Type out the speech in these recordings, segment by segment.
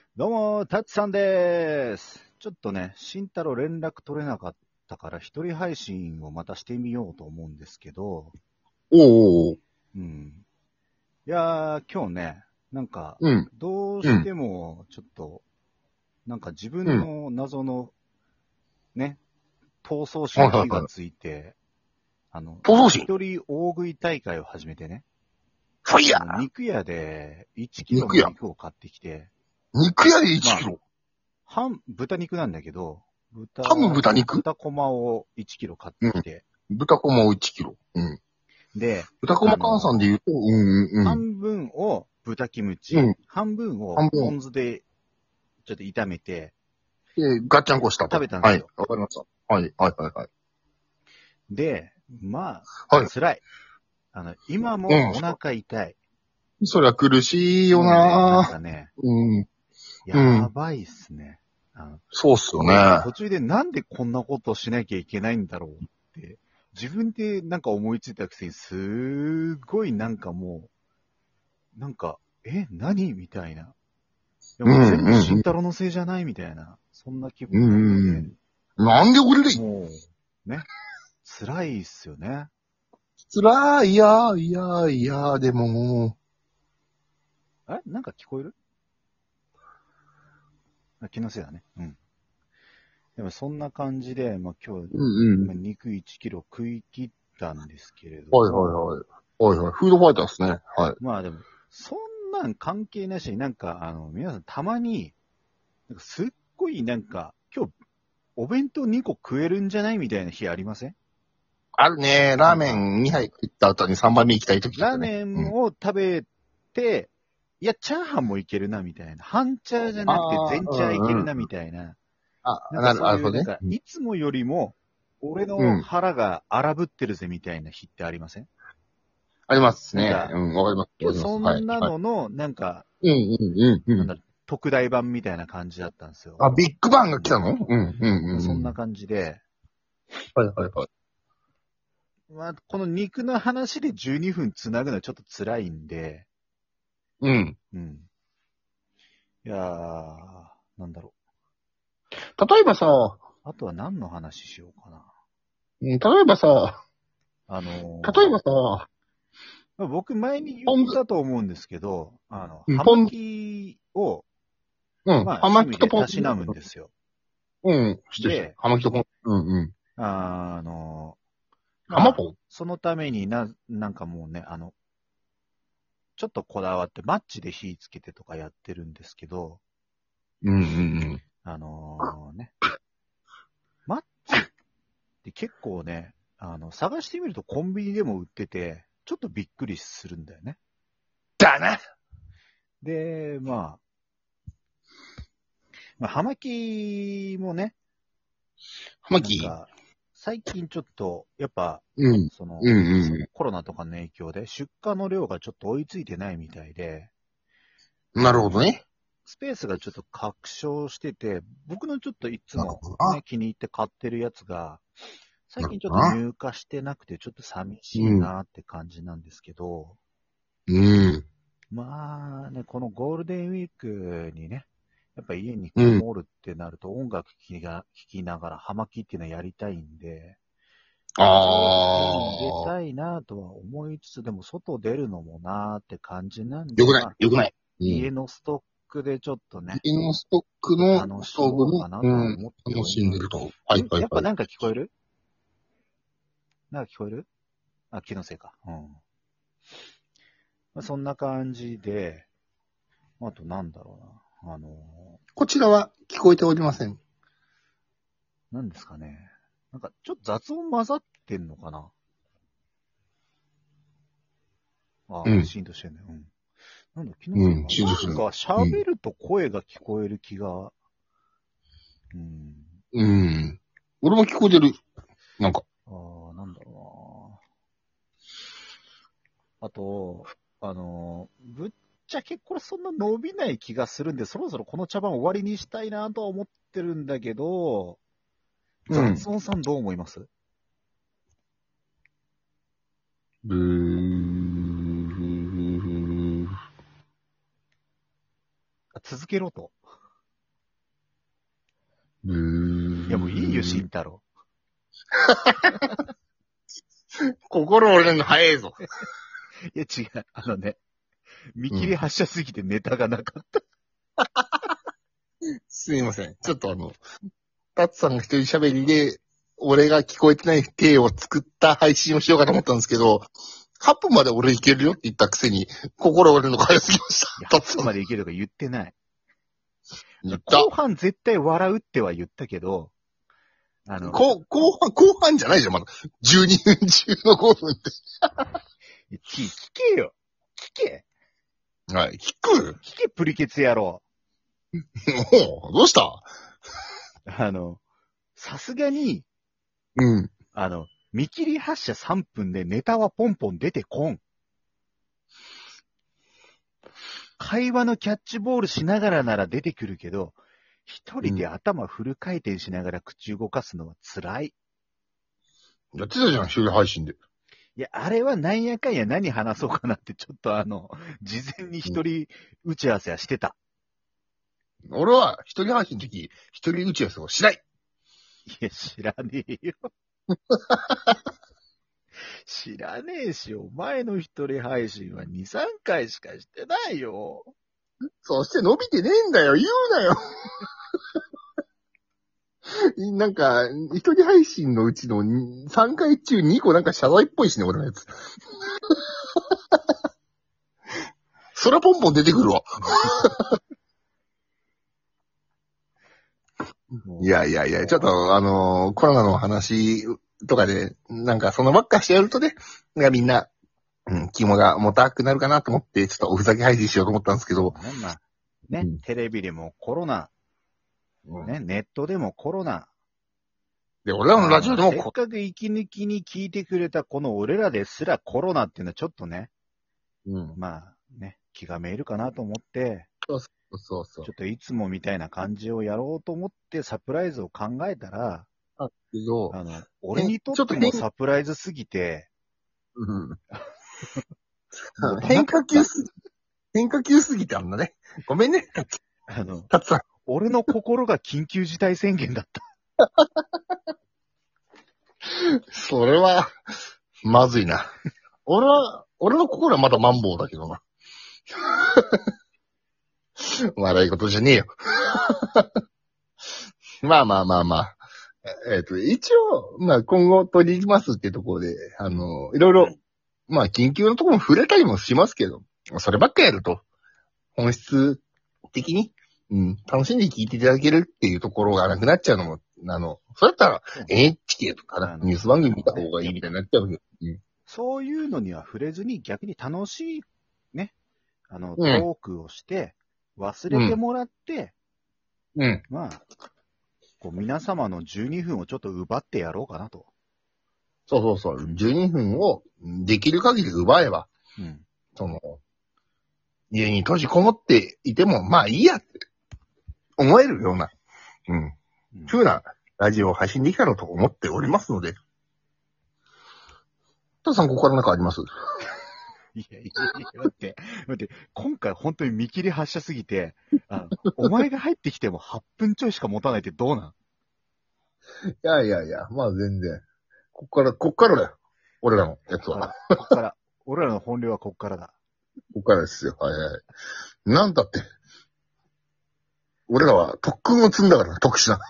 どうも、タッチさんでーす。ちょっとね、慎太郎連絡取れなかったから一人配信をまたしてみようと思うんですけど、 おうおうおう。 うん。いやー、今日ね、なんか、 うん。 どうしうん。 ても、ちょっと、なんか自うん。 分の謎のね、闘争心はいはいはい。 に火がついて、 闘争心。 一人大食い大会を始めてね、 ファイヤー。 肉屋で1キロの肉屋。 肉を買ってきて、 肉屋で1 まあ、 キロ。 豚肉なんだけど、 ハム豚肉。 豚こまを1キロ買ってきて、 豚こまを1キロ。うん。 で、 豚こま換算で言うと、 半分を豚キムチ、 うん。 半分を半分。 ポン酢でちょっと炒めてで、ガッチャンコした食と。はい。 べたんですよ。 わかりました。はい。はいはいはい。 で、まあ、 はい。 辛い。今うもお腹痛い。 ん。そりゃ苦しいよもうね、なんなかね、 ぁ。うん。うやん。 ばいっすね。 そうっすよ俺、 ね。 途中でなんでこんなことしなきゃいけないんだろうって、自分でなんか思いついたくせに、すごいなんかもう、なんか、何みたいな。でうんも全部うん慎太郎のせいじゃないみたいな、そんな気う分になって、 ん。なんで俺で、 もう、ね、辛いっすよね。 つらい、いやー、いやー、いやー、でも、 なんか聞こえる？気のせいだね。うん。でもそんな感じで、まあ今日、 うんうん。 肉1キロ食い切ったんですけれどはいはいも、 はい。はいはい。フードファイターですね。はい。 まあでも、そんなん関係なしになんか、皆さんたまに、なんかすっごいなんか、今日、お弁当2個食えるんじゃないみたいな日ありません？ あるね。ラーメなんか、 ン2杯食った後に3杯目行きたい時とラーかね。うん。 メンを食べて、いや、チャーハンもいけるな、みたいな。半チャーじゃなくてああ、 全チャーいうんうん。 けるな、みたいな。なんかなそういう、 るほどね。 なんか、いつもよりも、俺のうん。 腹が荒ぶってるぜ、みたいな日ってありません？ ありますね。 なんか、 うん、わかります。わかります。 今日そはい。 んなはい。 のの、なんか、 うんうんうんうん。 なんだろう、特大版みたいな感じだったんですよ。 あ、ビッグバンが来たうん。 のうんうんうんうん。 そんな感じで、 はいはいはい。 まあ、この肉の話で12分つなぐのはちょっと辛いんで、 うん。 うん。いやー、なんだろ例えばさ、 う。あとは何の話しようかな。 例えばさ、 あ例えばのさ、 僕前に言っポン酢、 たと思うんですけど、葉ポン、 巻を、 うん、 まあ葉趣味で巻とポン酢。 たしなむんですよ。 うん、してるしてる。 で、 葉巻とポン酢。うんうん。 あの、まあ、 葉ポンそのためになんかもうね、ちょっとこだわってマッチで火つけてとかやってるんですけど、 うんうんね、マッチって結構ね、探してみるとコンビニでも売ってて、ちょっとびっくりするんだよね。 だな。 で、まあ、葉巻もね、 葉巻。 なんか、最近ちょっと、やっぱ、 うん。 その、 うんコロナとかの影響で出荷の量がちょっと追いついてないみたいで、 うん。なるほどね。 スペースがちょっと拡張してて、僕のちょっといつなるもほどな。 ね、気に入って買ってるやつが、最なる近ちょっとほどな。 入荷してなくてちょっと寂しいうん。 なって感じなんですけど、 うん。 まあね、このゴールデンウィークにね、やっぱ家にうん。 こもるってなると音楽聴きながら葉巻っていうのはやりたいんで、一応手に入れああ。 たいなとは思いつつ、でも外出るのもなーって感じなんで、 よくない。 まあ、 よくない。うん。 家のストックでちょっとね、 家のストックちょっとの楽しストーブに、 もうかなうとはん、 思って楽おります。 しんでると。はいはいはい。 やっぱなんか聞こえる？なんか聞こえる？気のせいか。うん。まあ、そんな感じで、あとなんだろうな。 こちらは聞こえておりません。 なんですかね。なんかちょっと雑音混ざってんのかな？ うん。 シーンとしてんね。うん。なんだ、気のせいかうん。集中する。 な。なんかうん。 喋ると声が聞こえる気が、うん。 うん。俺も聞こえてる。なんか。 なんだろうな。あと、ぶっちゃけこれそんな伸びない気がするんで、そろそろこの茶番終わりにしたいなとは思ってるんだけど、 うん。 雑音さんどう思います？ ブー。 続けろと。 いやもういいよ、慎太郎。 心折れるの早いぞ。 いや違う。見切り発車すぎてネタがなかった。 すいません。ちょっとタツさんが一人喋りで、俺が聞こえてない体を作った配信をしようかと思ったんですけど、8分まで俺いけるよって言ったくせに、心折れるのが早すぎましいや、 た。 8分までいけるとか言ってない。 言った。 後半絶対笑うっては言ったけど、 後半じゃないじゃん、まだ。12分中の5分って。 聞けよ。聞け。 はい。聞く聞け、プリケツ野郎。 もう、どうした？ さすがに、 うん。 見切り発車3分でネタはポンポン出てこん。会話のキャッチボールしながらなら出てくるけど、一人で頭フル回転しながら口動かすのは辛い。 やってたじゃん、一人配信で。 いや、あれはなんやかんや何話そうかなってちょっと事前に一人打ち合わせはしてた。 俺は一人配信の時、一人打ち合わせをしない。 いや、知らねえよ。知らねえし、お前の一人配信は2、3回しかしてないよ。 そして伸びてねえんだよ、言うなよ。なんか、一人配信のうちの3回中2個なんか謝罪っぽいしね、俺のやつ。そらポンポン出てくるわ。いや、ちょっとコロナの話とかで、なんかそのばっかしてやるとね、みんな、肝が重たくなるかなと思って、ちょっとおふざけ配信しようと思ったんですけど。 ね、テレビでもコロナ、ね、ネットでもコロナ。 で、俺らのラジオでもせっかく息抜きに聞いてくれたこの俺らですらコロナっていうのはちょっとね、まあね、気がめいるかなと思って、 そう。 ちょっといつもみたいな感じをやろうと思ってサプライズを考えたら、俺にとってもサプライズすぎて、 変化球すぎてあんだね。ごめんね。たつさん。 俺の心が緊急事態宣言だった。 それは、まずいな。俺の心はまだマンボウだけどな。笑い事じゃねえよ。まあ。一応、今後取りますってところで、いろいろ、緊急のところも触れたりもしますけど、そればっかやると、本質的に、楽しんで聞いていただけるっていうところがなくなっちゃうのも、そうやったら NHK とかニュース番組見た方がいいみたいになっちゃうけど、 そういうのには触れずに逆に楽しい、ね、トークをして、忘れてもらって、皆様の12分をちょっと奪ってやろうかなと。 そう。12分をできる限り奪えば、家に閉じこもっていても、まあいいやって思えるような、風なラジオを配信できたらと思っておりますので。タさん、ここから何かあります？ いや、待って。今回本当に見切り発車すぎて、お前が入ってきても8分ちょいしか持たないってどうなん？ いや、まあ全然。こっからだよ。俺らのやつは。 こっから。俺らの本領はこっからだ。 こっからですよ。はい。なんだって。俺らは特訓を積んだから、特殊な。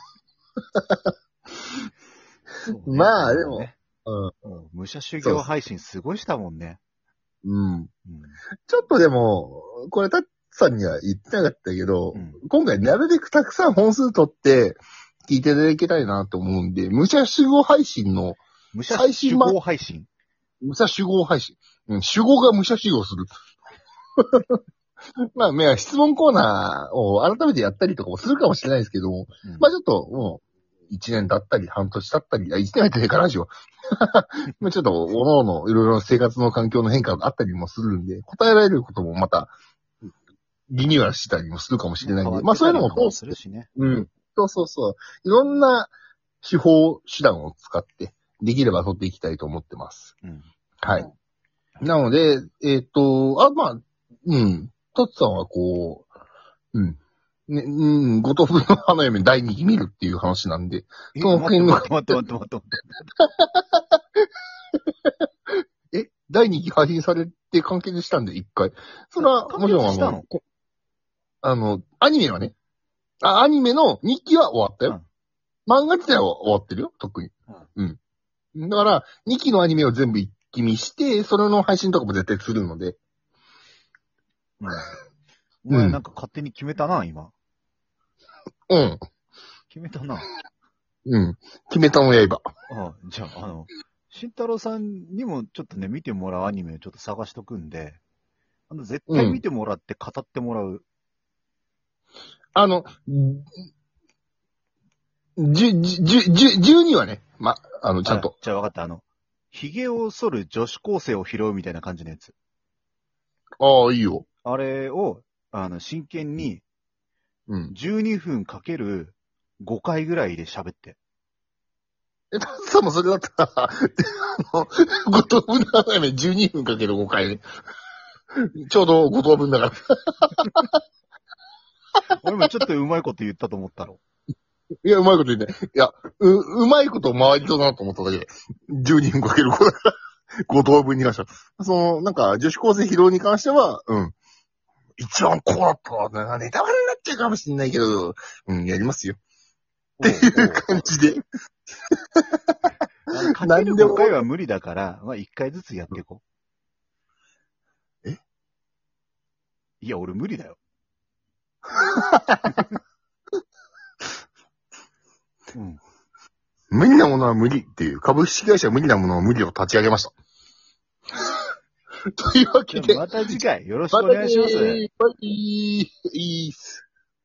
まあ、でも、 武者修行配信すごいしたもんね。 ちょっとでも、これタッツさんには言ってなかったけど、今回なるべくたくさん本数取って聞いていただきたいなと思うんで、武者修行配信の最新版。武者修行配信。 武者修行配信。修行が武者修行する。質問コーナーを改めてやったりとかもするかもしれないですけども、ちょっともう、1年経ったり、半年経ったり、1年経ってからラジオ。ちょっと、おのおの、いろいろ生活の環境の変化があったりもするんで、答えられることもまた、リニューアルしたりもするかもしれないんで、そういうのもするしね。 そう。いろんな手法、手段を使って、できれば取っていきたいと思ってます。はい。なので、タツさんはね、五等分の花嫁第2期見るっていう話なんで。 え、 その待って辺の待って待って待って待って待って。 第2期配信されて完結したんで、1回。それは、もちろん完結したのアニメはね。アニメの2期は終わったよ。漫画自体は終わってるよ、特に。だから、2期のアニメを全部一気見して、それの配信とかも絶対するので。 お前なんか勝手に決めたな、今。決めたな。 決めたの刃。 じゃあ、慎太郎さんにもちょっとね、見てもらうアニメをちょっと探しとくんで、絶対見てもらって語ってもらう。 12はね、ちゃんと。 じゃあ分かった、髭を剃る女子高生を拾うみたいな感じのやつ。 ああ、いいよ。 あれを、真剣に、12分かける5回ぐらいで喋って。 それだったら、五等分の花嫁12分かける5回ね。ちょうど5等分だから。 俺もちょっとうまいこと言ったと思ったろ。 いや、うまいこと言ってない。いや、うまいこと回りそうだなと思っただけで。12分かける5だから。5等分に関しては。なんか、女子高生披露に関しては、一番こうだったわ。ネタバレになっちゃうかもしれないけど、やりますよ。っていう感じで。 かける5回は無理だから、1回ずつやっていこう。いや、俺無理だよ。 無理なものは無理っていう、株式会社無理なものは無理を立ち上げました。というわけで。 また次回よろしくお願いします。 バイビー。いいっす。